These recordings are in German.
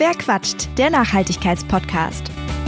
Wer quatscht? Der Nachhaltigkeitspodcast.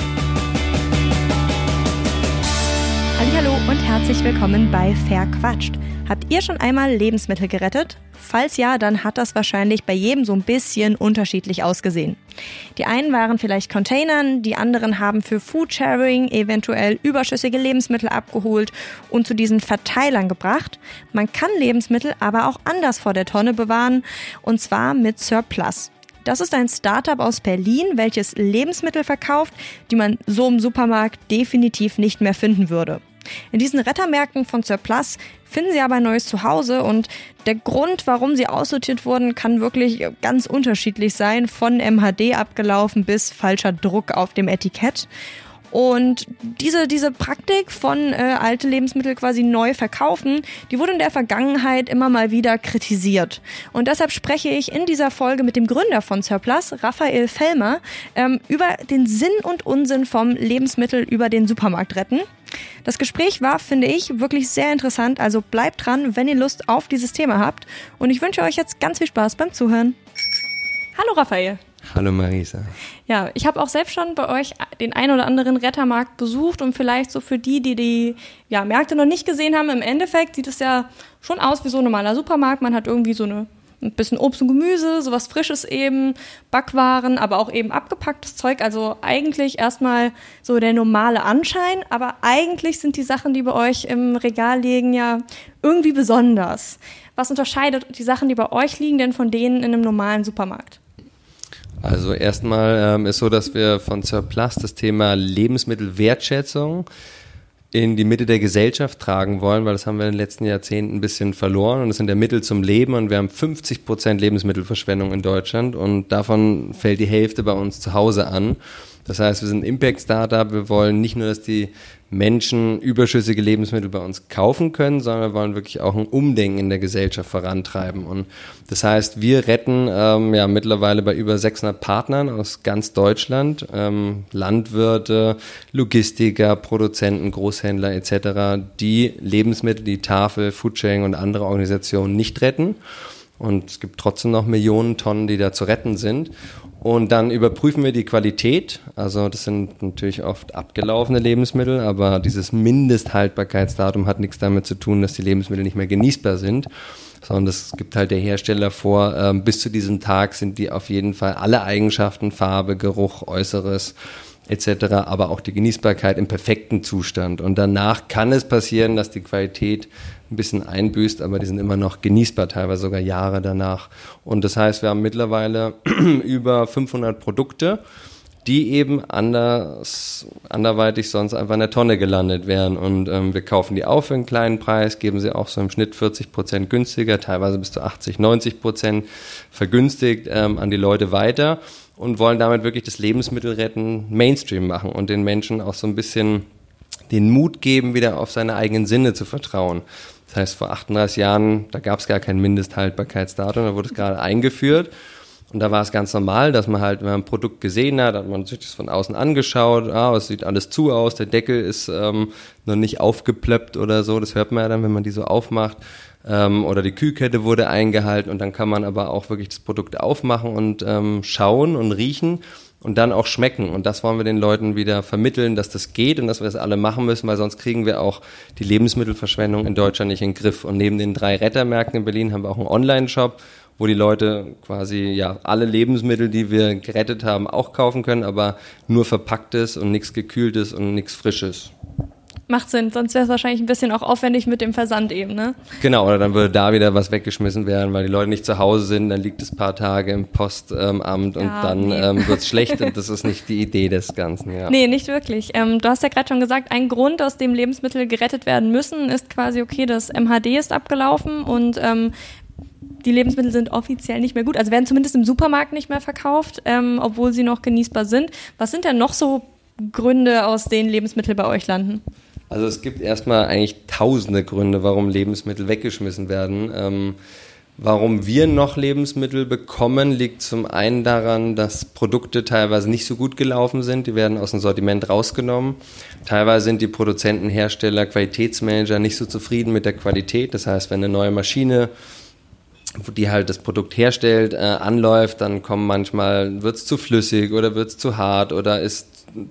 Hallihallo und herzlich willkommen bei Verquatscht. Habt ihr schon einmal Lebensmittel gerettet? Falls ja, dann hat das wahrscheinlich bei jedem so ein bisschen unterschiedlich ausgesehen. Die einen waren vielleicht Containern, die anderen haben für Foodsharing eventuell überschüssige Lebensmittel abgeholt und zu diesen Verteilern gebracht. Man kann Lebensmittel aber auch anders vor der Tonne bewahren, und zwar mit Surplus. Das ist ein Startup aus Berlin, welches Lebensmittel verkauft, die man so im Supermarkt definitiv nicht mehr finden würde. In diesen Rettermärkten von Surplus finden Sie aber ein neues Zuhause, und der Grund, warum sie aussortiert wurden, kann wirklich ganz unterschiedlich sein, von MHD abgelaufen bis falscher Druck auf dem Etikett. Und diese Praktik von alte Lebensmittel quasi neu verkaufen, die wurde in der Vergangenheit immer mal wieder kritisiert. Und deshalb spreche ich in dieser Folge mit dem Gründer von Surplus, Raphael Fellmer, über den Sinn und Unsinn vom Lebensmittel über den Supermarkt retten. Das Gespräch war, finde ich, wirklich sehr interessant, also bleibt dran, wenn ihr Lust auf dieses Thema habt. Und ich wünsche euch jetzt ganz viel Spaß beim Zuhören. Hallo Raphael. Hallo Marisa. Ja, ich habe auch selbst schon bei euch den ein oder anderen Rettermarkt besucht, und vielleicht so für die Märkte noch nicht gesehen haben, im Endeffekt sieht es ja schon aus wie so ein normaler Supermarkt. Man hat irgendwie so ein bisschen Obst und Gemüse, sowas Frisches eben, Backwaren, aber auch eben abgepacktes Zeug. Also eigentlich erstmal so der normale Anschein, aber eigentlich sind die Sachen, die bei euch im Regal liegen, ja irgendwie besonders. Was unterscheidet die Sachen, die bei euch liegen, denn von denen in einem normalen Supermarkt? Also erstmal ist so, dass wir von Surplus das Thema Lebensmittelwertschätzung in die Mitte der Gesellschaft tragen wollen, weil das haben wir in den letzten Jahrzehnten ein bisschen verloren, und das sind ja Mittel zum Leben, und wir haben 50% Lebensmittelverschwendung in Deutschland, und davon fällt die Hälfte bei uns zu Hause an. Das heißt, wir sind ein Impact-Startup, wir wollen nicht nur, dass die Menschen überschüssige Lebensmittel bei uns kaufen können, sondern wir wollen wirklich auch ein Umdenken in der Gesellschaft vorantreiben. Und das heißt, wir retten mittlerweile bei über 600 Partnern aus ganz Deutschland, Landwirte, Logistiker, Produzenten, Großhändler etc., die Lebensmittel, die Tafel, Foodsharing und andere Organisationen nicht retten. Und es gibt trotzdem noch Millionen Tonnen, die da zu retten sind. Und dann überprüfen wir die Qualität. Also das sind natürlich oft abgelaufene Lebensmittel, aber dieses Mindesthaltbarkeitsdatum hat nichts damit zu tun, dass die Lebensmittel nicht mehr genießbar sind, sondern das gibt halt der Hersteller vor, bis zu diesem Tag sind die auf jeden Fall alle Eigenschaften, Farbe, Geruch, Äußeres etc., aber auch die Genießbarkeit im perfekten Zustand. Und danach kann es passieren, dass die Qualität ein bisschen einbüßt, aber die sind immer noch genießbar, teilweise sogar Jahre danach. Und das heißt, wir haben mittlerweile über 500 Produkte, die eben anderweitig sonst einfach in der Tonne gelandet wären. Und wir kaufen die auf für einen kleinen Preis, geben sie auch so im Schnitt 40% günstiger, teilweise bis zu 80-90% vergünstigt an die Leute weiter, und wollen damit wirklich das Lebensmittelretten Mainstream machen und den Menschen auch so ein bisschen den Mut geben, wieder auf seine eigenen Sinne zu vertrauen. Das heißt, vor 38 Jahren, da gab es gar kein Mindesthaltbarkeitsdatum, da wurde es gerade eingeführt. Und da war es ganz normal, dass man halt, wenn man ein Produkt gesehen hat man sich das von außen angeschaut, es sieht alles zu aus, der Deckel ist noch nicht aufgeplöppt oder so, das hört man ja dann, wenn man die so aufmacht. Oder die Kühlkette wurde eingehalten, und dann kann man aber auch wirklich das Produkt aufmachen und schauen und riechen und dann auch schmecken. Und das wollen wir den Leuten wieder vermitteln, dass das geht und dass wir das alle machen müssen, weil sonst kriegen wir auch die Lebensmittelverschwendung in Deutschland nicht in den Griff. Und neben den 3 Rettermärkten in Berlin haben wir auch einen Online-Shop, wo die Leute quasi alle Lebensmittel, die wir gerettet haben, auch kaufen können, aber nur Verpacktes und nichts Gekühltes und nichts Frisches. Macht Sinn, sonst wäre es wahrscheinlich ein bisschen auch aufwendig mit dem Versand eben, ne? Genau, oder dann würde da wieder was weggeschmissen werden, weil die Leute nicht zu Hause sind, dann liegt es ein paar Tage im Postamt und dann wird es schlecht, und das ist nicht die Idee des Ganzen. Ja. Nee, nicht wirklich. Du hast ja gerade schon gesagt, ein Grund, aus dem Lebensmittel gerettet werden müssen, ist quasi, okay, das MHD ist abgelaufen und die Lebensmittel sind offiziell nicht mehr gut, also werden zumindest im Supermarkt nicht mehr verkauft, obwohl sie noch genießbar sind. Was sind denn noch so Gründe, aus denen Lebensmittel bei euch landen? Also es gibt erstmal eigentlich tausende Gründe, warum Lebensmittel weggeschmissen werden. Warum wir noch Lebensmittel bekommen, liegt zum einen daran, dass Produkte teilweise nicht so gut gelaufen sind. Die werden aus dem Sortiment rausgenommen. Teilweise sind die Produzenten, Hersteller, Qualitätsmanager nicht so zufrieden mit der Qualität. Das heißt, wenn eine neue Maschine die halt das Produkt herstellt, anläuft, dann kommen manchmal, wird's zu flüssig oder wird's zu hart oder ist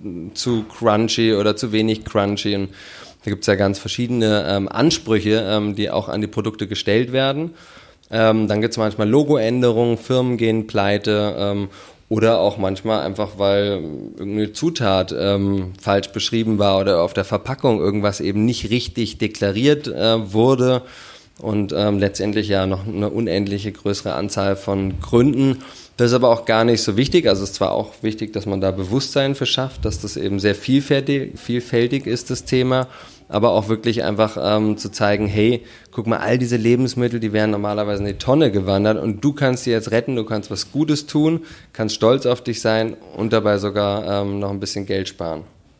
zu crunchy oder zu wenig crunchy. Und da gibt's ja ganz verschiedene Ansprüche, die auch an die Produkte gestellt werden. Dann gibt's manchmal Logoänderungen, Firmen gehen pleite oder auch manchmal einfach, weil irgendeine Zutat falsch beschrieben war oder auf der Verpackung irgendwas eben nicht richtig deklariert wurde. Und letztendlich ja noch eine unendliche größere Anzahl von Gründen. Das ist aber auch gar nicht so wichtig. Also es ist zwar auch wichtig, dass man da Bewusstsein für schafft, dass das eben sehr vielfältig ist, das Thema, aber auch wirklich einfach zu zeigen, hey, guck mal, all diese Lebensmittel, die wären normalerweise in die Tonne gewandert und du kannst sie jetzt retten, du kannst was Gutes tun, kannst stolz auf dich sein und dabei sogar noch ein bisschen Geld sparen.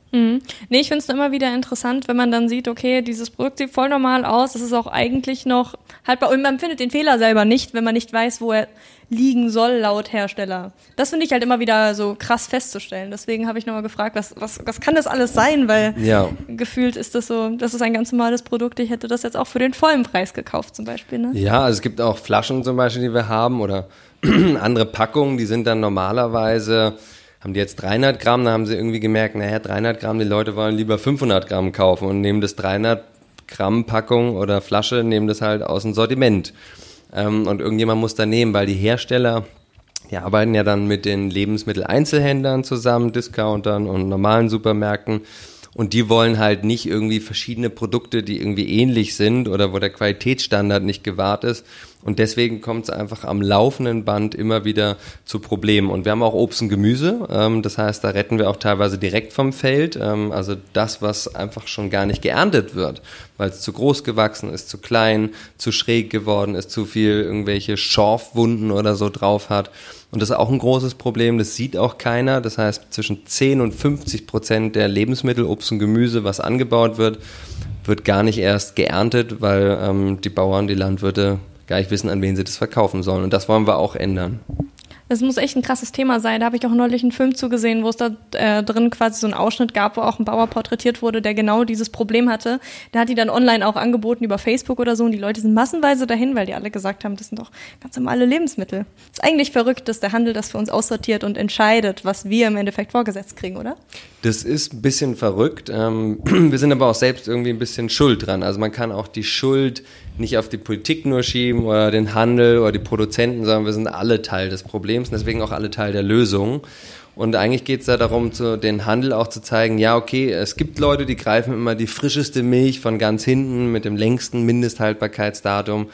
Nee, ich finde es immer wieder interessant, wenn man dann sieht, okay, dieses Produkt sieht voll normal aus, das ist auch eigentlich noch haltbar und man findet den Fehler selber nicht, wenn man nicht weiß, wo er liegen soll laut Hersteller. Das finde ich halt immer wieder so krass festzustellen. Deswegen habe ich nochmal gefragt, was kann das alles sein, weil gefühlt ist das so, das ist ein ganz normales Produkt, ich hätte das jetzt auch für den vollen Preis gekauft zum Beispiel. Ne? Ja, also es gibt auch Flaschen zum Beispiel, die wir haben oder andere Packungen, die sind dann normalerweise... Haben die jetzt 300 Gramm, dann haben sie irgendwie gemerkt, 300 Gramm, die Leute wollen lieber 500 Gramm kaufen und nehmen das 300 Gramm Packung oder Flasche, nehmen das halt aus dem Sortiment. Und irgendjemand muss da nehmen, weil die Hersteller, die arbeiten ja dann mit den Lebensmitteleinzelhändlern zusammen, Discountern und normalen Supermärkten. Und die wollen halt nicht irgendwie verschiedene Produkte, die irgendwie ähnlich sind oder wo der Qualitätsstandard nicht gewahrt ist. Und deswegen kommt es einfach am laufenden Band immer wieder zu Problemen. Und wir haben auch Obst und Gemüse. Das heißt, da retten wir auch teilweise direkt vom Feld. Also das, was einfach schon gar nicht geerntet wird, weil es zu groß gewachsen ist, zu klein, zu schräg geworden ist, zu viel irgendwelche Schorfwunden oder so drauf hat. Und das ist auch ein großes Problem, das sieht auch keiner. Das heißt, zwischen 10 und 50% der Lebensmittel, Obst und Gemüse, was angebaut wird, wird gar nicht erst geerntet, weil die Bauern, die Landwirte gar nicht wissen, an wen sie das verkaufen sollen. Und das wollen wir auch ändern. Das muss echt ein krasses Thema sein. Da habe ich auch neulich einen Film zugesehen, wo es da drin quasi so einen Ausschnitt gab, wo auch ein Bauer porträtiert wurde, der genau dieses Problem hatte. Der hat die dann online auch angeboten über Facebook oder so und die Leute sind massenweise dahin, weil die alle gesagt haben, das sind doch ganz normale Lebensmittel. Das ist eigentlich verrückt, dass der Handel das für uns aussortiert und entscheidet, was wir im Endeffekt vorgesetzt kriegen, oder? Das ist ein bisschen verrückt. Wir sind aber auch selbst irgendwie ein bisschen schuld dran. Also man kann auch die Schuld nicht auf die Politik nur schieben oder den Handel oder die Produzenten, sondern wir sind alle Teil des Problems und deswegen auch alle Teil der Lösung. Und eigentlich geht es da darum, den Handel auch zu zeigen, ja okay, es gibt Leute, die greifen immer die frischeste Milch von ganz hinten mit dem längsten Mindesthaltbarkeitsdatum.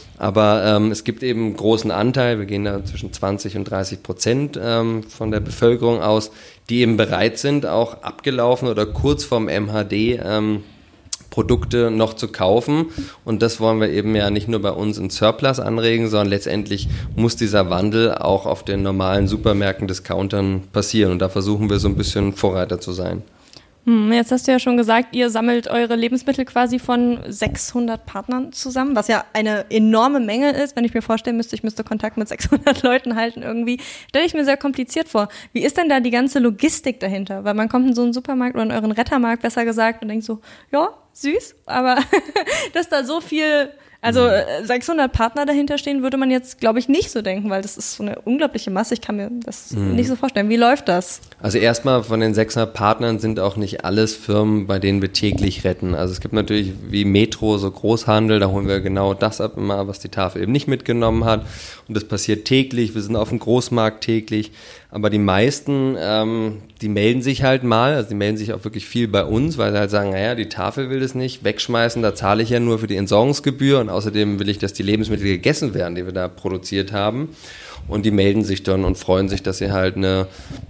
Aber es gibt eben einen großen Anteil, wir gehen da zwischen 20 und 30% von der Bevölkerung aus, die eben bereit sind, auch abgelaufen oder kurz vorm MHD Produkte noch zu kaufen. Und das wollen wir eben ja nicht nur bei uns in Surplus anregen, sondern letztendlich muss dieser Wandel auch auf den normalen Supermärkten, Discountern passieren. Und da versuchen wir so ein bisschen Vorreiter zu sein. Jetzt hast du ja schon gesagt, ihr sammelt eure Lebensmittel quasi von 600 Partnern zusammen, was ja eine enorme Menge ist. Wenn ich mir vorstellen müsste, ich müsste Kontakt mit 600 Leuten halten irgendwie, stelle ich mir sehr kompliziert vor. Wie ist denn da die ganze Logistik dahinter? Weil man kommt in so einen Supermarkt oder in euren Rettermarkt, besser gesagt, und denkt so, ja, süß, aber dass da so viel... Also 600 Partner dahinter stehen, würde man jetzt, glaube ich, nicht so denken, weil das ist so eine unglaubliche Masse. Ich kann mir das nicht so vorstellen. Wie läuft das? Also erstmal von den 600 Partnern sind auch nicht alles Firmen, bei denen wir täglich retten. Also es gibt natürlich wie Metro, so Großhandel, da holen wir genau das ab immer, was die Tafel eben nicht mitgenommen hat. Und das passiert täglich. Wir sind auf dem Großmarkt täglich. Aber die meisten, die melden sich halt mal, also die melden sich auch wirklich viel bei uns, weil sie halt sagen, naja, die Tafel will das nicht wegschmeißen, da zahle ich ja nur für die Entsorgungsgebühr und außerdem will ich, dass die Lebensmittel gegessen werden, die wir da produziert haben. Und die melden sich dann und freuen sich, dass sie halt eine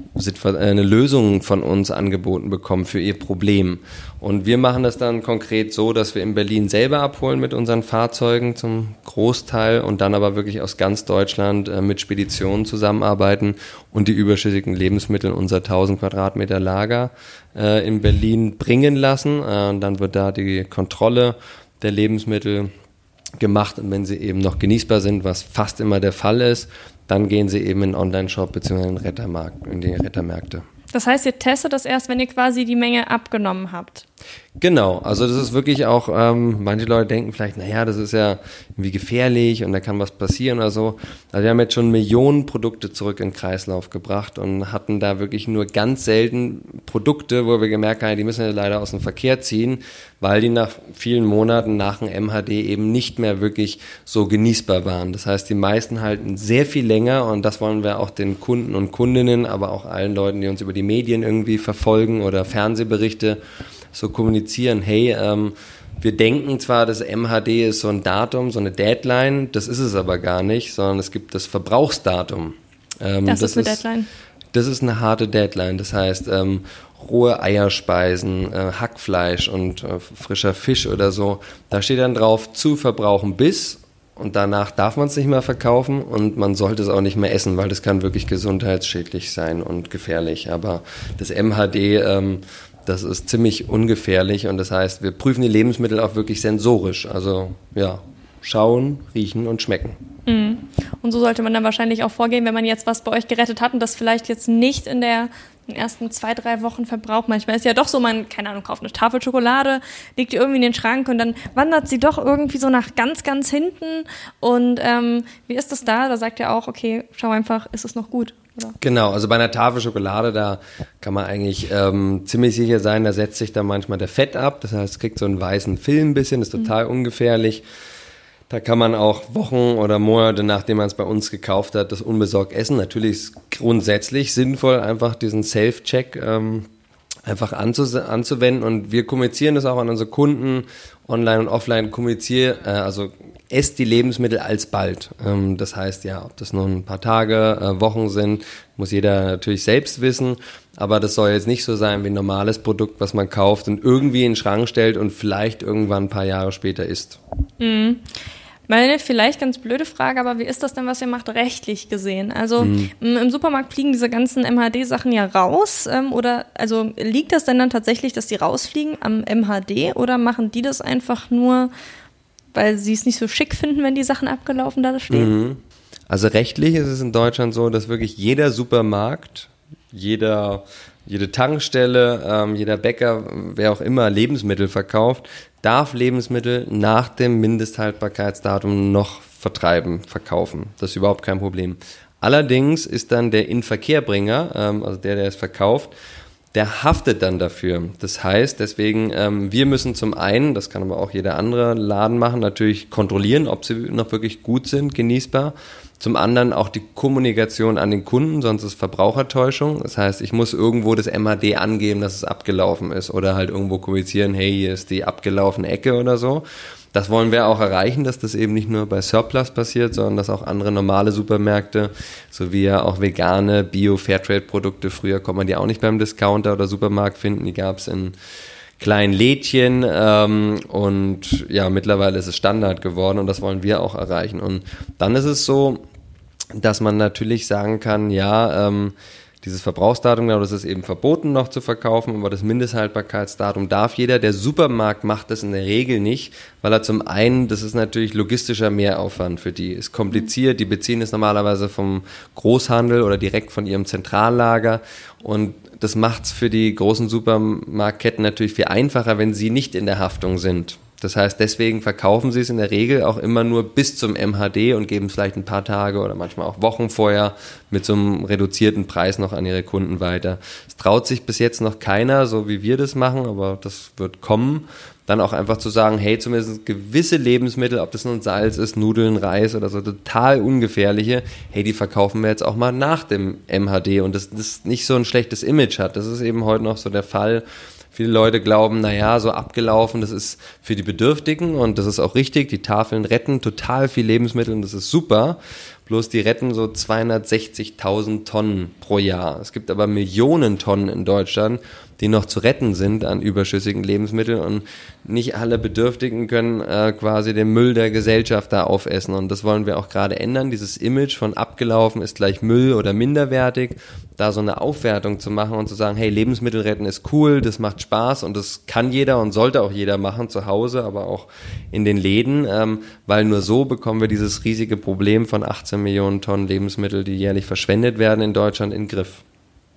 Lösung von uns angeboten bekommen für ihr Problem. Und wir machen das dann konkret so, dass wir in Berlin selber abholen mit unseren Fahrzeugen zum Großteil und dann aber wirklich aus ganz Deutschland mit Speditionen zusammenarbeiten und die überschüssigen Lebensmittel in unser 1000 Quadratmeter Lager in Berlin bringen lassen. Und dann wird da die Kontrolle der Lebensmittel gemacht und wenn sie eben noch genießbar sind, was fast immer der Fall ist, dann gehen sie eben in den Online-Shop bzw. in die Rettermärkte. Das heißt, ihr testet das erst, wenn ihr quasi die Menge abgenommen habt? Genau, also das ist wirklich auch, manche Leute denken vielleicht, naja, das ist ja irgendwie gefährlich und da kann was passieren oder so. Also wir haben jetzt schon Millionen Produkte zurück in den Kreislauf gebracht und hatten da wirklich nur ganz selten Produkte, wo wir gemerkt haben, die müssen wir leider aus dem Verkehr ziehen, weil die nach vielen Monaten nach dem MHD eben nicht mehr wirklich so genießbar waren. Das heißt, die meisten halten sehr viel länger und das wollen wir auch den Kunden und Kundinnen, aber auch allen Leuten, die uns über die Medien irgendwie verfolgen oder Fernsehberichte so kommunizieren, hey, wir denken zwar, das MHD ist so ein Datum, so eine Deadline, das ist es aber gar nicht, sondern es gibt das Verbrauchsdatum. Das ist eine Deadline? Das ist eine harte Deadline, das heißt, rohe Eierspeisen, Hackfleisch und frischer Fisch oder so, da steht dann drauf, zu verbrauchen bis, und danach darf man es nicht mehr verkaufen und man sollte es auch nicht mehr essen, weil das kann wirklich gesundheitsschädlich sein und gefährlich, aber das MHD, das ist ziemlich ungefährlich und das heißt, wir prüfen die Lebensmittel auch wirklich sensorisch. Also ja, schauen, riechen und schmecken. Mhm. Und so sollte man dann wahrscheinlich auch vorgehen, wenn man jetzt was bei euch gerettet hat und das vielleicht jetzt nicht in den ersten 2-3 Wochen verbraucht. Manchmal ist ja doch so, man, keine Ahnung, kauft eine Tafel Schokolade, legt die irgendwie in den Schrank und dann wandert sie doch irgendwie so nach ganz, ganz hinten. Und wie ist das da? Da sagt ihr auch, okay, schau einfach, ist es noch gut? Oder? Genau, also bei einer Tafel Schokolade, da kann man eigentlich ziemlich sicher sein, da setzt sich dann manchmal der Fett ab. Das heißt, es kriegt so einen weißen Film ein bisschen, ist total ungefährlich. Da kann man auch Wochen oder Monate, nachdem man es bei uns gekauft hat, das unbesorgt essen. Natürlich ist grundsätzlich sinnvoll, einfach diesen Self-Check einfach anzuwenden. Und wir kommunizieren das auch an unsere Kunden, online und offline also esst die Lebensmittel alsbald. Das heißt, ja, ob das nur ein paar Tage, Wochen sind, muss jeder natürlich selbst wissen. Aber das soll jetzt nicht so sein wie ein normales Produkt, was man kauft und irgendwie in den Schrank stellt und vielleicht irgendwann ein paar Jahre später isst. Mhm. Meine vielleicht ganz blöde Frage, aber wie ist das denn, was ihr macht, rechtlich gesehen? Also im Supermarkt fliegen diese ganzen MHD-Sachen ja raus. Oder also liegt das denn dann tatsächlich, dass die rausfliegen am MHD oder machen die das einfach nur, weil sie es nicht so schick finden, wenn die Sachen abgelaufen da stehen? Also rechtlich ist es in Deutschland so, dass wirklich jeder Supermarkt, jede Tankstelle, jeder Bäcker, wer auch immer Lebensmittel verkauft, darf Lebensmittel nach dem Mindesthaltbarkeitsdatum noch verkaufen. Das ist überhaupt kein Problem. Allerdings ist dann der Inverkehrbringer, also der es verkauft, der haftet dann dafür. Das heißt, deswegen, wir müssen zum einen, das kann aber auch jeder andere Laden machen, natürlich kontrollieren, ob sie noch wirklich gut sind, genießbar. Zum anderen auch die Kommunikation an den Kunden, sonst ist Verbrauchertäuschung. Das heißt, ich muss irgendwo das MHD angeben, dass es abgelaufen ist oder halt irgendwo kommunizieren, hey, hier ist die abgelaufene Ecke oder so. Das wollen wir auch erreichen, dass das eben nicht nur bei Surplus passiert, sondern dass auch andere normale Supermärkte, sowie ja auch vegane Bio-Fairtrade-Produkte, früher konnte man die auch nicht beim Discounter oder Supermarkt finden, die gab es in kleinen Lädchen und ja, mittlerweile ist es Standard geworden und das wollen wir auch erreichen. Und dann ist es so, dass man natürlich sagen kann, ja, dieses Verbrauchsdatum, genau, das ist eben verboten noch zu verkaufen, aber das Mindesthaltbarkeitsdatum darf jeder. Der Supermarkt macht das in der Regel nicht, weil er zum einen, das ist natürlich logistischer Mehraufwand für die, ist kompliziert, die beziehen es normalerweise vom Großhandel oder direkt von ihrem Zentrallager und das macht es für die großen Supermarktketten natürlich viel einfacher, wenn sie nicht in der Haftung sind. Das heißt, deswegen verkaufen sie es in der Regel auch immer nur bis zum MHD und geben es vielleicht ein paar Tage oder manchmal auch Wochen vorher mit so einem reduzierten Preis noch an ihre Kunden weiter. Es traut sich bis jetzt noch keiner, so wie wir das machen, aber das wird kommen. Dann auch einfach zu sagen, hey, zumindest gewisse Lebensmittel, ob das nun Salz ist, Nudeln, Reis oder so, total ungefährliche, hey, die verkaufen wir jetzt auch mal nach dem MHD und das nicht so ein schlechtes Image hat. Das ist eben heute noch so der Fall. Viele Leute glauben, naja, so abgelaufen, das ist für die Bedürftigen und das ist auch richtig. Die Tafeln retten total viel Lebensmittel und das ist super. Bloß die retten so 260.000 Tonnen pro Jahr. Es gibt aber Millionen Tonnen in Deutschland, die noch zu retten sind an überschüssigen Lebensmitteln und nicht alle Bedürftigen können quasi den Müll der Gesellschaft da aufessen und das wollen wir auch gerade ändern. Dieses Image von abgelaufen ist gleich Müll oder minderwertig, da so eine Aufwertung zu machen und zu sagen, hey, Lebensmittel retten ist cool, das macht Spaß und das kann jeder und sollte auch jeder machen, zu Hause, aber auch in den Läden, weil nur so bekommen wir dieses riesige Problem von 18 Millionen Tonnen Lebensmittel, die jährlich verschwendet werden in Deutschland, in den Griff.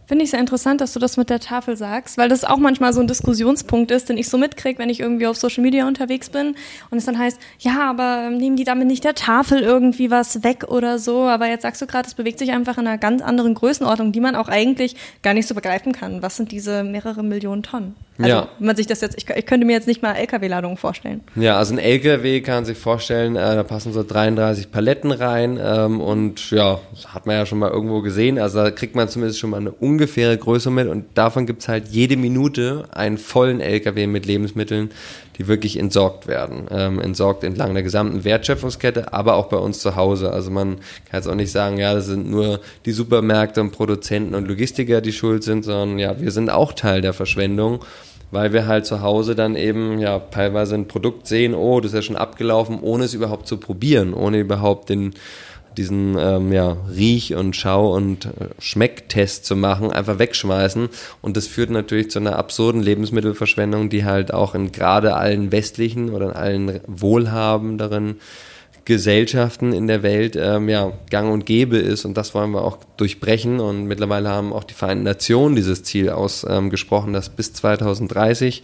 Finde ich sehr interessant, dass du das mit der Tafel sagst, weil das auch manchmal so ein Diskussionspunkt ist, den ich so mitkriege, wenn ich irgendwie auf Social Media unterwegs bin und es dann heißt, ja, aber nehmen die damit nicht der Tafel irgendwie was weg oder so, aber jetzt sagst du gerade, es bewegt sich einfach in einer ganz anderen Größenordnung, die man auch eigentlich gar nicht so begreifen kann. Was sind diese mehrere Millionen Tonnen? Also, ja. Wenn man sich das jetzt, ich könnte mir jetzt nicht mal LKW-Ladungen vorstellen. Ja, also ein LKW kann man sich vorstellen, da passen so 33 Paletten rein und ja, das hat man ja schon mal irgendwo gesehen, also da kriegt man zumindest schon mal eine ungefähre Größe mit und davon gibt's halt jede Minute einen vollen LKW mit Lebensmitteln, die wirklich entsorgt werden. Entsorgt entlang der gesamten Wertschöpfungskette, aber auch bei uns zu Hause. Also man kann jetzt auch nicht sagen, ja, das sind nur die Supermärkte und Produzenten und Logistiker, die schuld sind, sondern ja, wir sind auch Teil der Verschwendung, weil wir halt zu Hause dann eben ja teilweise ein Produkt sehen, oh, das ist ja schon abgelaufen, ohne es überhaupt zu probieren, ohne überhaupt diesen Riech- und Schau- und Schmecktest zu machen, einfach wegschmeißen. Und das führt natürlich zu einer absurden Lebensmittelverschwendung, die halt auch in gerade allen westlichen oder in allen wohlhabenderen Gesellschaften in der Welt gang und gäbe ist. Und das wollen wir auch durchbrechen. Und mittlerweile haben auch die Vereinten Nationen dieses Ziel ausgesprochen, dass bis 2030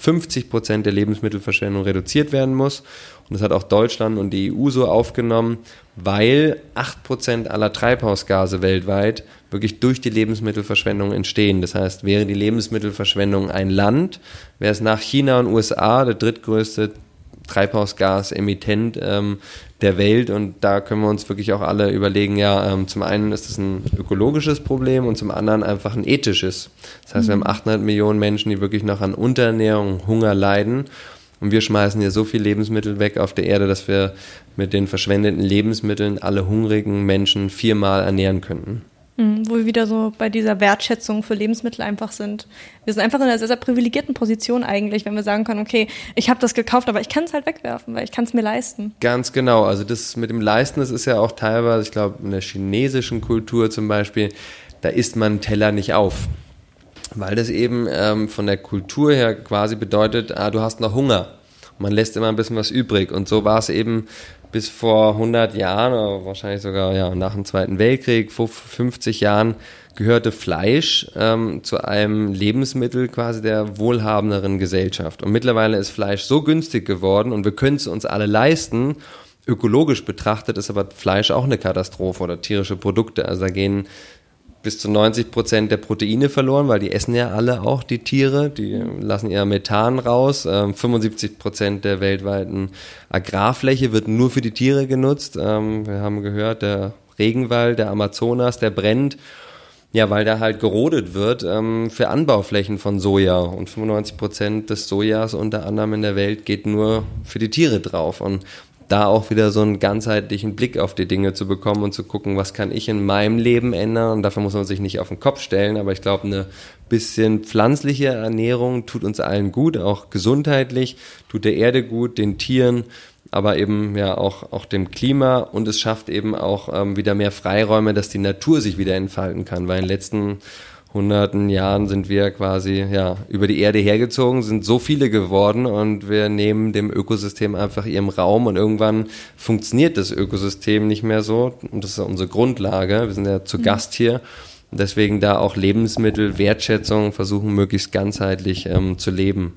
50% der Lebensmittelverschwendung reduziert werden muss. Und das hat auch Deutschland und die EU so aufgenommen, weil 8% aller Treibhausgase weltweit wirklich durch die Lebensmittelverschwendung entstehen. Das heißt, wäre die Lebensmittelverschwendung ein Land, wäre es nach China und USA der drittgrößte Treibhausgasemittent der Welt, und da können wir uns wirklich auch alle überlegen, zum einen ist es ein ökologisches Problem und zum anderen einfach ein ethisches. Das heißt, wir haben 800 Millionen Menschen, die wirklich noch an Unterernährung, Hunger leiden, und wir schmeißen hier so viel Lebensmittel weg auf der Erde, dass wir mit den verschwendeten Lebensmitteln alle hungrigen Menschen 4-mal ernähren könnten. Wo wir wieder so bei dieser Wertschätzung für Lebensmittel einfach sind. Wir sind einfach in einer sehr, sehr privilegierten Position eigentlich, wenn wir sagen können, okay, ich habe das gekauft, aber ich kann es halt wegwerfen, weil ich kann es mir leisten. Ganz genau, also das mit dem Leisten, das ist ja auch teilweise, ich glaube, in der chinesischen Kultur zum Beispiel, da isst man einen Teller nicht auf. Weil das eben von der Kultur her quasi bedeutet, du hast noch Hunger. Man lässt immer ein bisschen was übrig. Und so war es eben bis vor 100 Jahren, oder wahrscheinlich sogar nach dem Zweiten Weltkrieg, 50 Jahren, gehörte Fleisch zu einem Lebensmittel quasi der wohlhabenderen Gesellschaft. Und mittlerweile ist Fleisch so günstig geworden und wir können es uns alle leisten. Ökologisch betrachtet ist aber Fleisch auch eine Katastrophe oder tierische Produkte. Also da gehen bis zu 90% der Proteine verloren, weil die essen ja alle auch, die Tiere, die lassen ihr Methan raus. 75% der weltweiten Agrarfläche wird nur für die Tiere genutzt. Wir haben gehört, der Regenwald, der Amazonas, der brennt, ja, weil da halt gerodet wird für Anbauflächen von Soja. Und 95% des Sojas unter anderem in der Welt geht nur für die Tiere drauf. Und da auch wieder so einen ganzheitlichen Blick auf die Dinge zu bekommen und zu gucken, was kann ich in meinem Leben ändern, und dafür muss man sich nicht auf den Kopf stellen, aber ich glaube, eine bisschen pflanzliche Ernährung tut uns allen gut, auch gesundheitlich, tut der Erde gut, den Tieren, aber eben auch dem Klima, und es schafft eben auch wieder mehr Freiräume, dass die Natur sich wieder entfalten kann, weil in den letzten hunderten Jahren sind wir quasi über die Erde hergezogen, sind so viele geworden, und wir nehmen dem Ökosystem einfach ihren Raum, und irgendwann funktioniert das Ökosystem nicht mehr so, und das ist unsere Grundlage, wir sind ja zu Gast hier, und deswegen da auch Lebensmittel, Wertschätzung versuchen, möglichst ganzheitlich zu leben.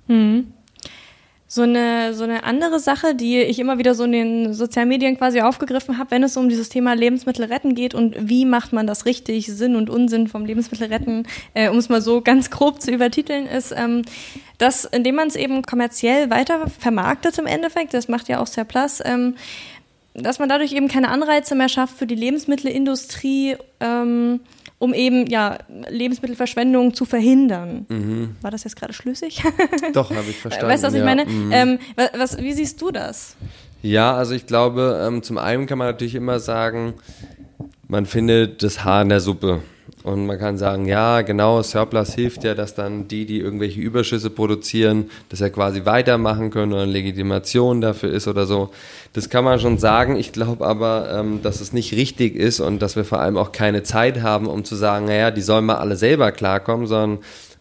So eine andere Sache, die ich immer wieder so in den sozialen Medien quasi aufgegriffen habe, wenn es um dieses Thema Lebensmittel retten geht und wie macht man das richtig, Sinn und Unsinn vom Lebensmittel retten, um es mal so ganz grob zu übertiteln, ist, dass indem man es eben kommerziell weiter vermarktet im Endeffekt, das macht ja auch Surplus, dass man dadurch eben keine Anreize mehr schafft für die Lebensmittelindustrie, um eben Lebensmittelverschwendung zu verhindern. War das jetzt gerade schlüssig? Doch, habe ich verstanden. Weißt du, was ich meine? Wie siehst du das? Ja, also ich glaube, zum einen kann man natürlich immer sagen, man findet das Haar in der Suppe. Und man kann sagen, ja, genau, Surplus hilft ja, dass dann die irgendwelche Überschüsse produzieren, das ja quasi weitermachen können oder eine Legitimation dafür ist oder so. Das kann man schon sagen. Ich glaube aber, dass es nicht richtig ist und dass wir vor allem auch keine Zeit haben, um zu sagen, naja, die sollen mal alle selber klarkommen, sondern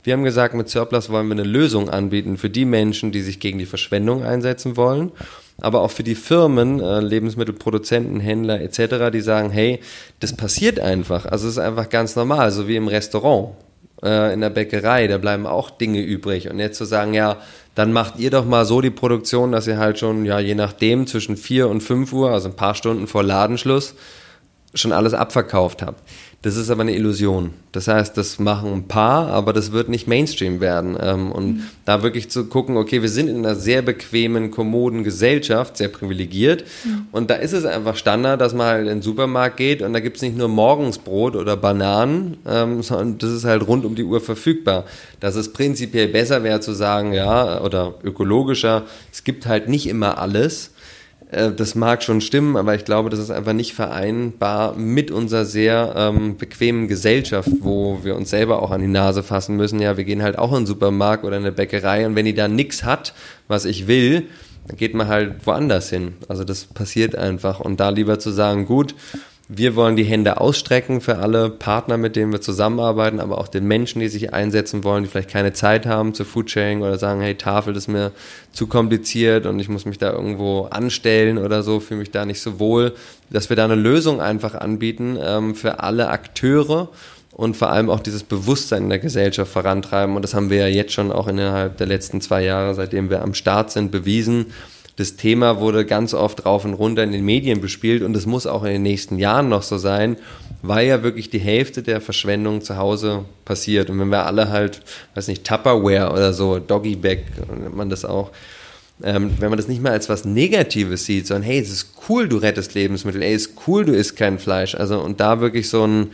Wir haben gesagt, mit Surplus wollen wir eine Lösung anbieten für die Menschen, die sich gegen die Verschwendung einsetzen wollen, aber auch für die Firmen, Lebensmittelproduzenten, Händler etc., die sagen, hey, das passiert einfach. Also es ist einfach ganz normal, so wie im Restaurant, in der Bäckerei, da bleiben auch Dinge übrig. Und jetzt zu sagen, ja, dann macht ihr doch mal so die Produktion, dass ihr halt schon, ja, je nachdem, zwischen 4 und 5 Uhr, also ein paar Stunden vor Ladenschluss, schon alles abverkauft habt. Das ist aber eine Illusion. Das heißt, das machen ein paar, aber das wird nicht Mainstream werden. Da wirklich zu gucken, okay, wir sind in einer sehr bequemen, kommoden Gesellschaft, sehr privilegiert. Und da ist es einfach Standard, dass man halt in den Supermarkt geht und da gibt es nicht nur Morgensbrot oder Bananen, sondern das ist halt rund um die Uhr verfügbar. Dass es prinzipiell besser wäre zu sagen, ja, oder ökologischer, es gibt halt nicht immer alles. Das mag schon stimmen, aber ich glaube, das ist einfach nicht vereinbar mit unserer sehr bequemen Gesellschaft, wo wir uns selber auch an die Nase fassen müssen. Ja, wir gehen halt auch in den Supermarkt oder in eine Bäckerei und wenn die da nichts hat, was ich will, dann geht man halt woanders hin. Also das passiert einfach und da lieber zu sagen, gut, wir wollen die Hände ausstrecken für alle Partner, mit denen wir zusammenarbeiten, aber auch den Menschen, die sich einsetzen wollen, die vielleicht keine Zeit haben zu Foodsharing oder sagen, hey, Tafel, das ist mir zu kompliziert und ich muss mich da irgendwo anstellen oder so, fühle mich da nicht so wohl, dass wir da eine Lösung einfach anbieten für alle Akteure und vor allem auch dieses Bewusstsein in der Gesellschaft vorantreiben. Und das haben wir ja jetzt schon auch innerhalb der letzten 2 Jahre, seitdem wir am Start sind, bewiesen. Das Thema wurde ganz oft rauf und runter in den Medien bespielt und das muss auch in den nächsten Jahren noch so sein, weil ja wirklich die Hälfte der Verschwendung zu Hause passiert. Und wenn wir alle halt, weiß nicht, Tupperware oder so, Doggy-Bag, nennt man das auch, wenn man das nicht mal als was Negatives sieht, sondern hey, es ist cool, du rettest Lebensmittel, ey, es ist cool, du isst kein Fleisch. Also und da wirklich so ein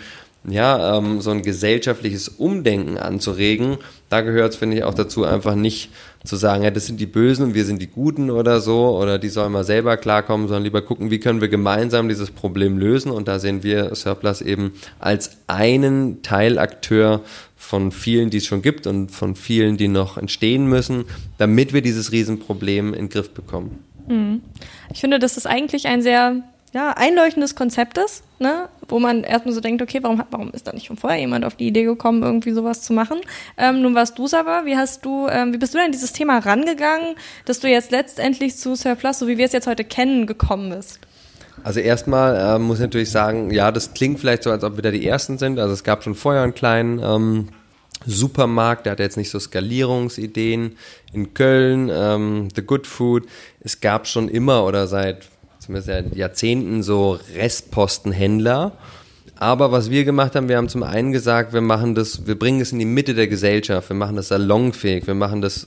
gesellschaftliches Umdenken anzuregen, da gehört es, finde ich, auch dazu, einfach nicht zu sagen, ja, das sind die Bösen und wir sind die Guten oder so, oder die sollen mal selber klarkommen, sondern lieber gucken, wie können wir gemeinsam dieses Problem lösen und da sehen wir Surplus eben als einen Teilakteur von vielen, die es schon gibt und von vielen, die noch entstehen müssen, damit wir dieses Riesenproblem in den Griff bekommen. Ich finde, dass das eigentlich ein sehr einleuchtendes Konzept ist, ne? Wo man erstmal so denkt, okay, warum ist da nicht schon vorher jemand auf die Idee gekommen, irgendwie sowas zu machen? Nun warst du es aber, wie bist du denn an dieses Thema rangegangen, dass du jetzt letztendlich zu Surplus, so wie wir es jetzt heute kennen, gekommen bist? Also erstmal muss ich natürlich sagen, ja, das klingt vielleicht so, als ob wir da die Ersten sind. Also es gab schon vorher einen kleinen Supermarkt, der hatte jetzt nicht so Skalierungsideen. In Köln, The Good Food, es gab schon immer oder seit Jahrzehnten so Restpostenhändler. Aber was wir gemacht haben, wir haben zum einen gesagt, wir bringen es in die Mitte der Gesellschaft, wir machen das salonfähig, wir machen das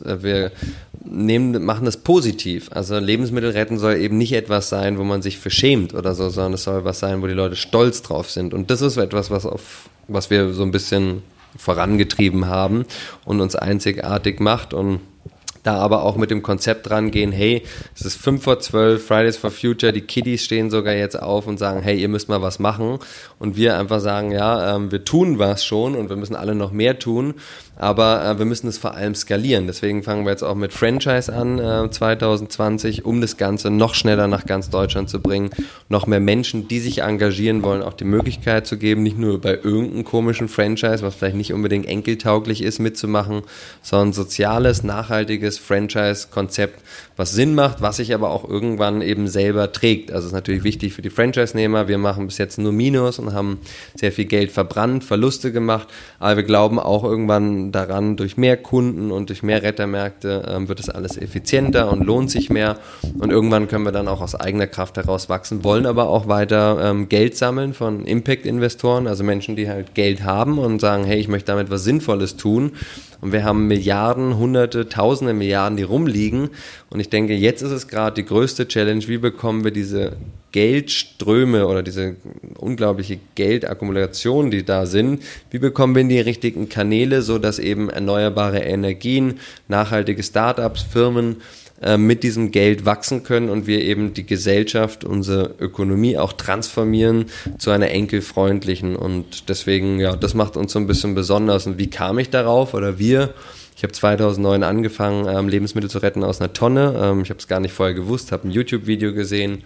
positiv. Also Lebensmittel retten soll eben nicht etwas sein, wo man sich für schämt oder so, sondern es soll was sein, wo die Leute stolz drauf sind. Und das ist etwas, was wir so ein bisschen vorangetrieben haben und uns einzigartig macht und da aber auch mit dem Konzept rangehen, hey, es ist 11:55, Fridays for Future, die Kiddies stehen sogar jetzt auf und sagen, hey, ihr müsst mal was machen. Und wir einfach sagen, ja, wir tun was schon und wir müssen alle noch mehr tun, aber wir müssen es vor allem skalieren. Deswegen fangen wir jetzt auch mit Franchise an, 2020, um das Ganze noch schneller nach ganz Deutschland zu bringen, noch mehr Menschen, die sich engagieren wollen, auch die Möglichkeit zu geben, nicht nur bei irgendeinem komischen Franchise, was vielleicht nicht unbedingt enkeltauglich ist, mitzumachen, sondern soziales, nachhaltiges Franchise-Konzept, was Sinn macht, was sich aber auch irgendwann eben selber trägt. Also ist natürlich wichtig für die Franchise-Nehmer. Wir machen bis jetzt nur Minus und haben sehr viel Geld verbrannt, Verluste gemacht, aber wir glauben auch irgendwann daran, durch mehr Kunden und durch mehr Rettermärkte wird es alles effizienter und lohnt sich mehr und irgendwann können wir dann auch aus eigener Kraft heraus wachsen, wollen aber auch weiter Geld sammeln von Impact-Investoren, also Menschen, die halt Geld haben und sagen, hey, ich möchte damit was Sinnvolles tun. Und wir haben Milliarden, Hunderte, Tausende Milliarden, die rumliegen. Und ich denke, jetzt ist es gerade die größte Challenge. Wie bekommen wir diese Geldströme oder diese unglaubliche Geldakkumulation, die da sind, wie bekommen wir in die richtigen Kanäle, sodass eben erneuerbare Energien, nachhaltige Startups, Firmen mit diesem Geld wachsen können und wir eben die Gesellschaft, unsere Ökonomie auch transformieren zu einer enkelfreundlichen und deswegen, ja, das macht uns so ein bisschen besonders. Und wie kam ich darauf oder wir? Ich habe 2009 angefangen, Lebensmittel zu retten aus einer Tonne. Ich habe es gar nicht vorher gewusst, habe ein YouTube-Video gesehen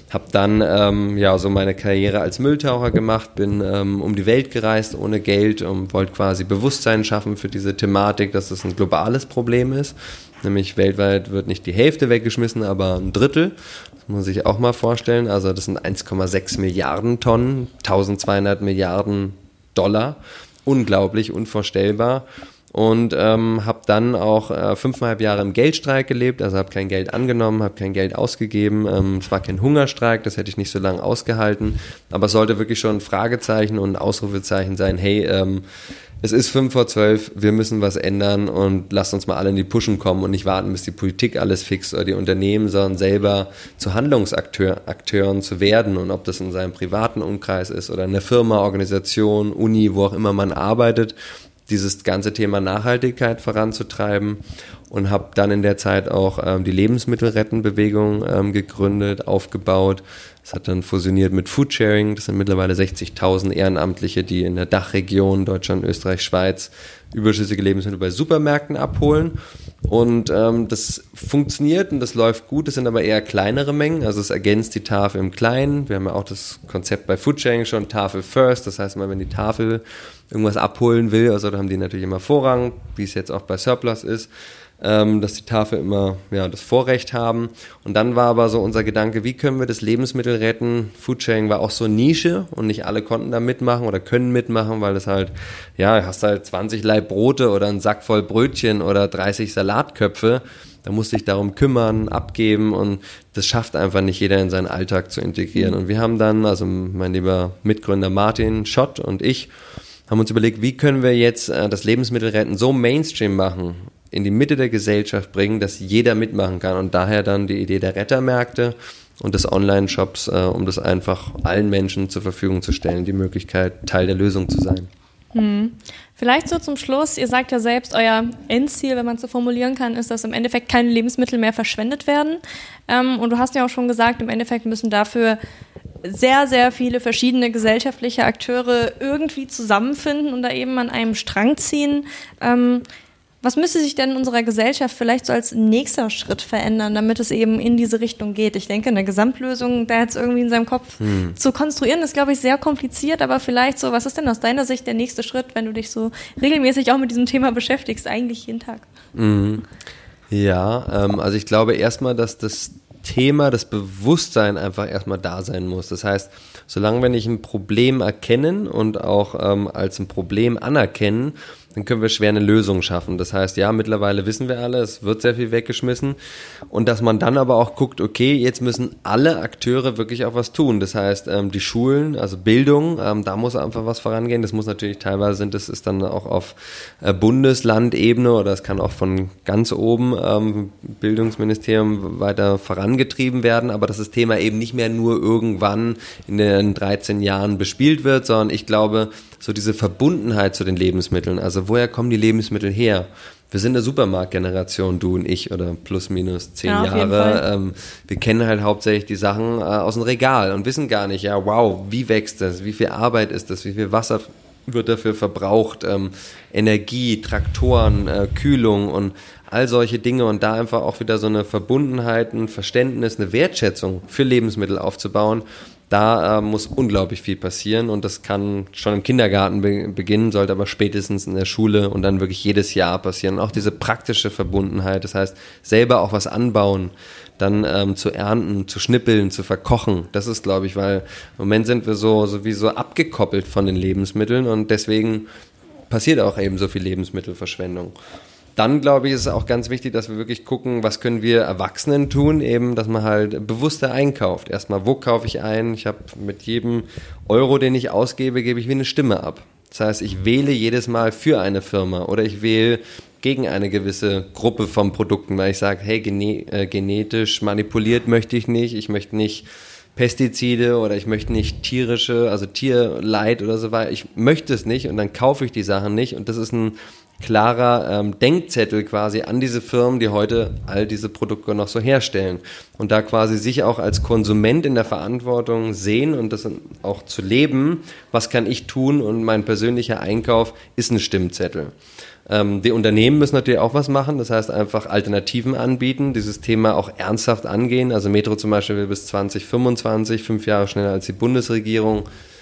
Habe dann so meine Karriere als Mülltaucher gemacht, bin um die Welt gereist ohne Geld und wollte quasi Bewusstsein schaffen für diese Thematik, dass es ein globales Problem ist. Nämlich weltweit wird nicht die Hälfte weggeschmissen, aber ein Drittel. Das muss man sich auch mal vorstellen. Also das sind 1,6 Milliarden Tonnen, 1200 Milliarden $. Unglaublich, unvorstellbar. Und habe dann auch 5,5 Jahre im Geldstreik gelebt, also habe kein Geld angenommen, habe kein Geld ausgegeben. Es war kein Hungerstreik, das hätte ich nicht so lange ausgehalten, aber es sollte wirklich schon ein Fragezeichen und ein Ausrufezeichen sein, hey, es ist 11:55, wir müssen was ändern und lasst uns mal alle in die Puschen kommen und nicht warten, bis die Politik alles fixt oder die Unternehmen, sondern selber zu Handlungsakteuren zu werden, und ob das in seinem privaten Umkreis ist oder in der Firma, Organisation, Uni, wo auch immer man arbeitet, dieses ganze Thema Nachhaltigkeit voranzutreiben, und habe dann in der Zeit auch die Lebensmittelrettenbewegung gegründet, aufgebaut. Das hat dann fusioniert mit Foodsharing. Das sind mittlerweile 60.000 Ehrenamtliche, die in der Dachregion Deutschland, Österreich, Schweiz überschüssige Lebensmittel bei Supermärkten abholen. Und das funktioniert und das läuft gut. Das sind aber eher kleinere Mengen. Also es ergänzt die Tafel im Kleinen. Wir haben ja auch das Konzept bei Foodsharing schon, Tafel First. Das heißt mal, wenn die Tafel irgendwas abholen will, also da haben die natürlich immer Vorrang, wie es jetzt auch bei Surplus ist, dass die Tafel immer das Vorrecht haben. Und dann war aber so unser Gedanke, wie können wir das Lebensmittel retten? Foodsharing war auch so Nische und nicht alle konnten da mitmachen oder können mitmachen, weil das halt, hast halt 20 Laib Brote oder einen Sack voll Brötchen oder 30 Salatköpfe. Da musste ich darum kümmern, abgeben, und das schafft einfach nicht jeder in seinen Alltag zu integrieren. Und wir haben dann, also mein lieber Mitgründer Martin Schott und ich, haben uns überlegt, wie können wir jetzt das Lebensmittelretten so Mainstream machen, in die Mitte der Gesellschaft bringen, dass jeder mitmachen kann, und daher dann die Idee der Rettermärkte und des Online-Shops, um das einfach allen Menschen zur Verfügung zu stellen, die Möglichkeit, Teil der Lösung zu sein. Vielleicht so zum Schluss, ihr sagt ja selbst, euer Endziel, wenn man es so formulieren kann, ist, dass im Endeffekt keine Lebensmittel mehr verschwendet werden. Und du hast ja auch schon gesagt, im Endeffekt müssen dafür sehr, sehr viele verschiedene gesellschaftliche Akteure irgendwie zusammenfinden und da eben an einem Strang ziehen. Was müsste sich denn in unserer Gesellschaft vielleicht so als nächster Schritt verändern, damit es eben in diese Richtung geht? Ich denke, eine Gesamtlösung da jetzt irgendwie in seinem Kopf zu konstruieren, ist, glaube ich, sehr kompliziert, aber vielleicht so, was ist denn aus deiner Sicht der nächste Schritt, wenn du dich so regelmäßig auch mit diesem Thema beschäftigst, eigentlich jeden Tag? Also ich glaube erstmal, dass das Thema, das Bewusstsein einfach erstmal da sein muss. Das heißt, solange wir nicht ein Problem erkennen und auch als ein Problem anerkennen, dann können wir schwer eine Lösung schaffen. Das heißt, mittlerweile wissen wir alle, es wird sehr viel weggeschmissen, und dass man dann aber auch guckt, okay, jetzt müssen alle Akteure wirklich auch was tun. Das heißt, die Schulen, also Bildung, da muss einfach was vorangehen. Das muss natürlich teilweise das ist dann auch auf Bundeslandebene, oder es kann auch von ganz oben Bildungsministerium weiter vorangetrieben werden, aber dass das Thema eben nicht mehr nur irgendwann in den 13 Jahren bespielt wird, sondern ich glaube, so diese Verbundenheit zu den Lebensmitteln, also woher kommen die Lebensmittel her? Wir sind eine Supermarktgeneration, du und ich, oder plus minus 10 Jahre. Wir kennen halt hauptsächlich die Sachen aus dem Regal und wissen gar nicht, wie wächst das, wie viel Arbeit ist das, wie viel Wasser wird dafür verbraucht, Energie, Traktoren, Kühlung und all solche Dinge, und da einfach auch wieder so eine Verbundenheit, ein Verständnis, eine Wertschätzung für Lebensmittel aufzubauen. Da muss unglaublich viel passieren, und das kann schon im Kindergarten beginnen, sollte aber spätestens in der Schule und dann wirklich jedes Jahr passieren. Und auch diese praktische Verbundenheit, das heißt, selber auch was anbauen, dann zu ernten, zu schnippeln, zu verkochen. Das ist, glaube ich, weil im Moment sind wir sowieso abgekoppelt von den Lebensmitteln, und deswegen passiert auch eben so viel Lebensmittelverschwendung. Dann, glaube ich, ist es auch ganz wichtig, dass wir wirklich gucken, was können wir Erwachsenen tun, eben, dass man halt bewusster einkauft. Erstmal, wo kaufe ich ein? Ich habe mit jedem Euro, den ich ausgebe, gebe ich wie eine Stimme ab. Das heißt, ich wähle jedes Mal für eine Firma oder ich wähle gegen eine gewisse Gruppe von Produkten, weil ich sage, hey, genetisch manipuliert möchte ich möchte nicht Pestizide oder ich möchte nicht tierische, also Tierleid oder so weiter. Ich möchte es nicht, und dann kaufe ich die Sachen nicht, und das ist ein klarer Denkzettel quasi an diese Firmen, die heute all diese Produkte noch so herstellen. Und da quasi sich auch als Konsument in der Verantwortung sehen und das auch zu leben, was kann ich tun, und mein persönlicher Einkauf ist ein Stimmzettel. Die Unternehmen müssen natürlich auch was machen, das heißt einfach Alternativen anbieten, dieses Thema auch ernsthaft angehen. Also Metro zum Beispiel will bis 2025, 5 Jahre schneller als die Bundesregierung,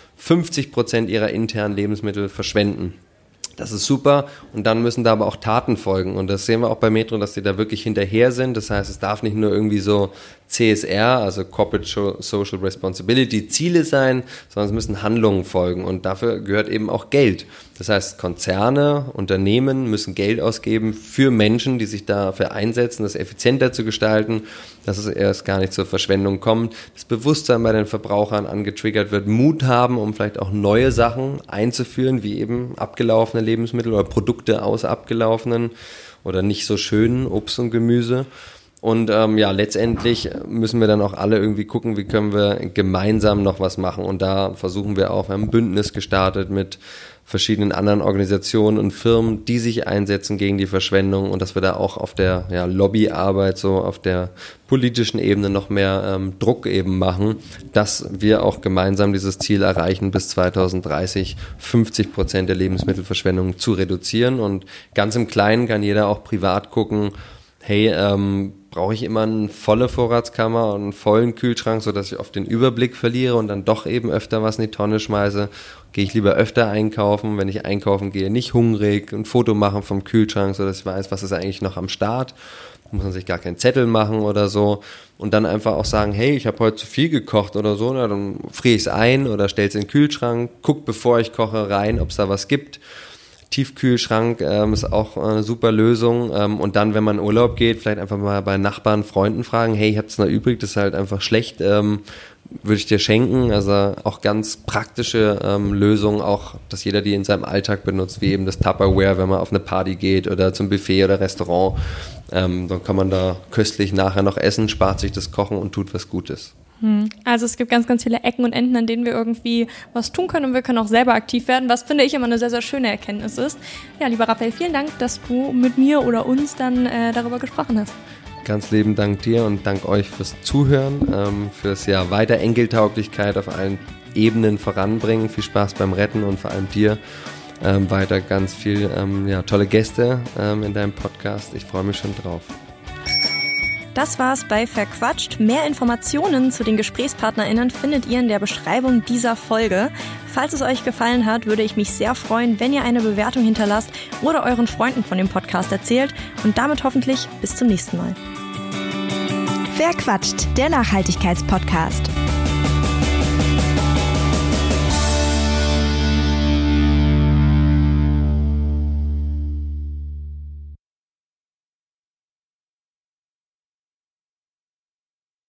50% ihrer internen Lebensmittel verschwenden. Das ist super, und dann müssen da aber auch Taten folgen, und das sehen wir auch bei Metro, dass die da wirklich hinterher sind. Das heißt, es darf nicht nur irgendwie so CSR, also Corporate Social Responsibility, Ziele sein, sondern es müssen Handlungen folgen, und dafür gehört eben auch Geld. Das heißt, Konzerne, Unternehmen müssen Geld ausgeben für Menschen, die sich dafür einsetzen, das effizienter zu gestalten, dass es erst gar nicht zur Verschwendung kommt, das Bewusstsein bei den Verbrauchern angetriggert wird, Mut haben, um vielleicht auch neue Sachen einzuführen, wie eben abgelaufene Lebensmittel oder Produkte aus abgelaufenen oder nicht so schönen Obst und Gemüse. Und letztendlich müssen wir dann auch alle irgendwie gucken, wie können wir gemeinsam noch was machen. Und da versuchen wir auch, wir haben ein Bündnis gestartet mit verschiedenen anderen Organisationen und Firmen, die sich einsetzen gegen die Verschwendung, und dass wir da auch auf der Lobbyarbeit, so auf der politischen Ebene noch mehr Druck eben machen, dass wir auch gemeinsam dieses Ziel erreichen, bis 2030 50% der Lebensmittelverschwendung zu reduzieren. Und ganz im Kleinen kann jeder auch privat gucken, hey, brauche ich immer eine volle Vorratskammer und einen vollen Kühlschrank, sodass ich oft den Überblick verliere und dann doch eben öfter was in die Tonne schmeiße? Gehe ich lieber öfter einkaufen, wenn ich einkaufen gehe, nicht hungrig, ein Foto machen vom Kühlschrank, sodass ich weiß, was ist eigentlich noch am Start? Da muss man sich gar keinen Zettel machen oder so, und dann einfach auch sagen, hey, ich habe heute zu viel gekocht oder so, na, dann friere ich es ein oder stelle es in den Kühlschrank, guck, bevor ich koche, rein, ob es da was gibt. Tiefkühlschrank ist auch eine super Lösung, und dann, wenn man in Urlaub geht, vielleicht einfach mal bei Nachbarn, Freunden fragen, hey, ich hab's noch übrig, das ist halt einfach schlecht, würde ich dir schenken. Also auch ganz praktische Lösungen, auch, dass jeder die in seinem Alltag benutzt, wie eben das Tupperware, wenn man auf eine Party geht oder zum Buffet oder Restaurant, dann kann man da köstlich nachher noch essen, spart sich das Kochen und tut was Gutes. Also es gibt ganz, ganz viele Ecken und Enden, an denen wir irgendwie was tun können, und wir können auch selber aktiv werden, was, finde ich, immer eine sehr, sehr schöne Erkenntnis ist. Ja, lieber Raphael, vielen Dank, dass du mit mir oder uns dann darüber gesprochen hast. Ganz lieben Dank dir und Dank euch fürs Zuhören, fürs weiter Enkeltauglichkeit auf allen Ebenen voranbringen. Viel Spaß beim Retten und vor allem dir weiter ganz viel tolle Gäste in deinem Podcast. Ich freue mich schon drauf. Das war's bei Verquatscht. Mehr Informationen zu den GesprächspartnerInnen findet ihr in der Beschreibung dieser Folge. Falls es euch gefallen hat, würde ich mich sehr freuen, wenn ihr eine Bewertung hinterlasst oder euren Freunden von dem Podcast erzählt, und damit hoffentlich bis zum nächsten Mal. Verquatscht, der Nachhaltigkeitspodcast.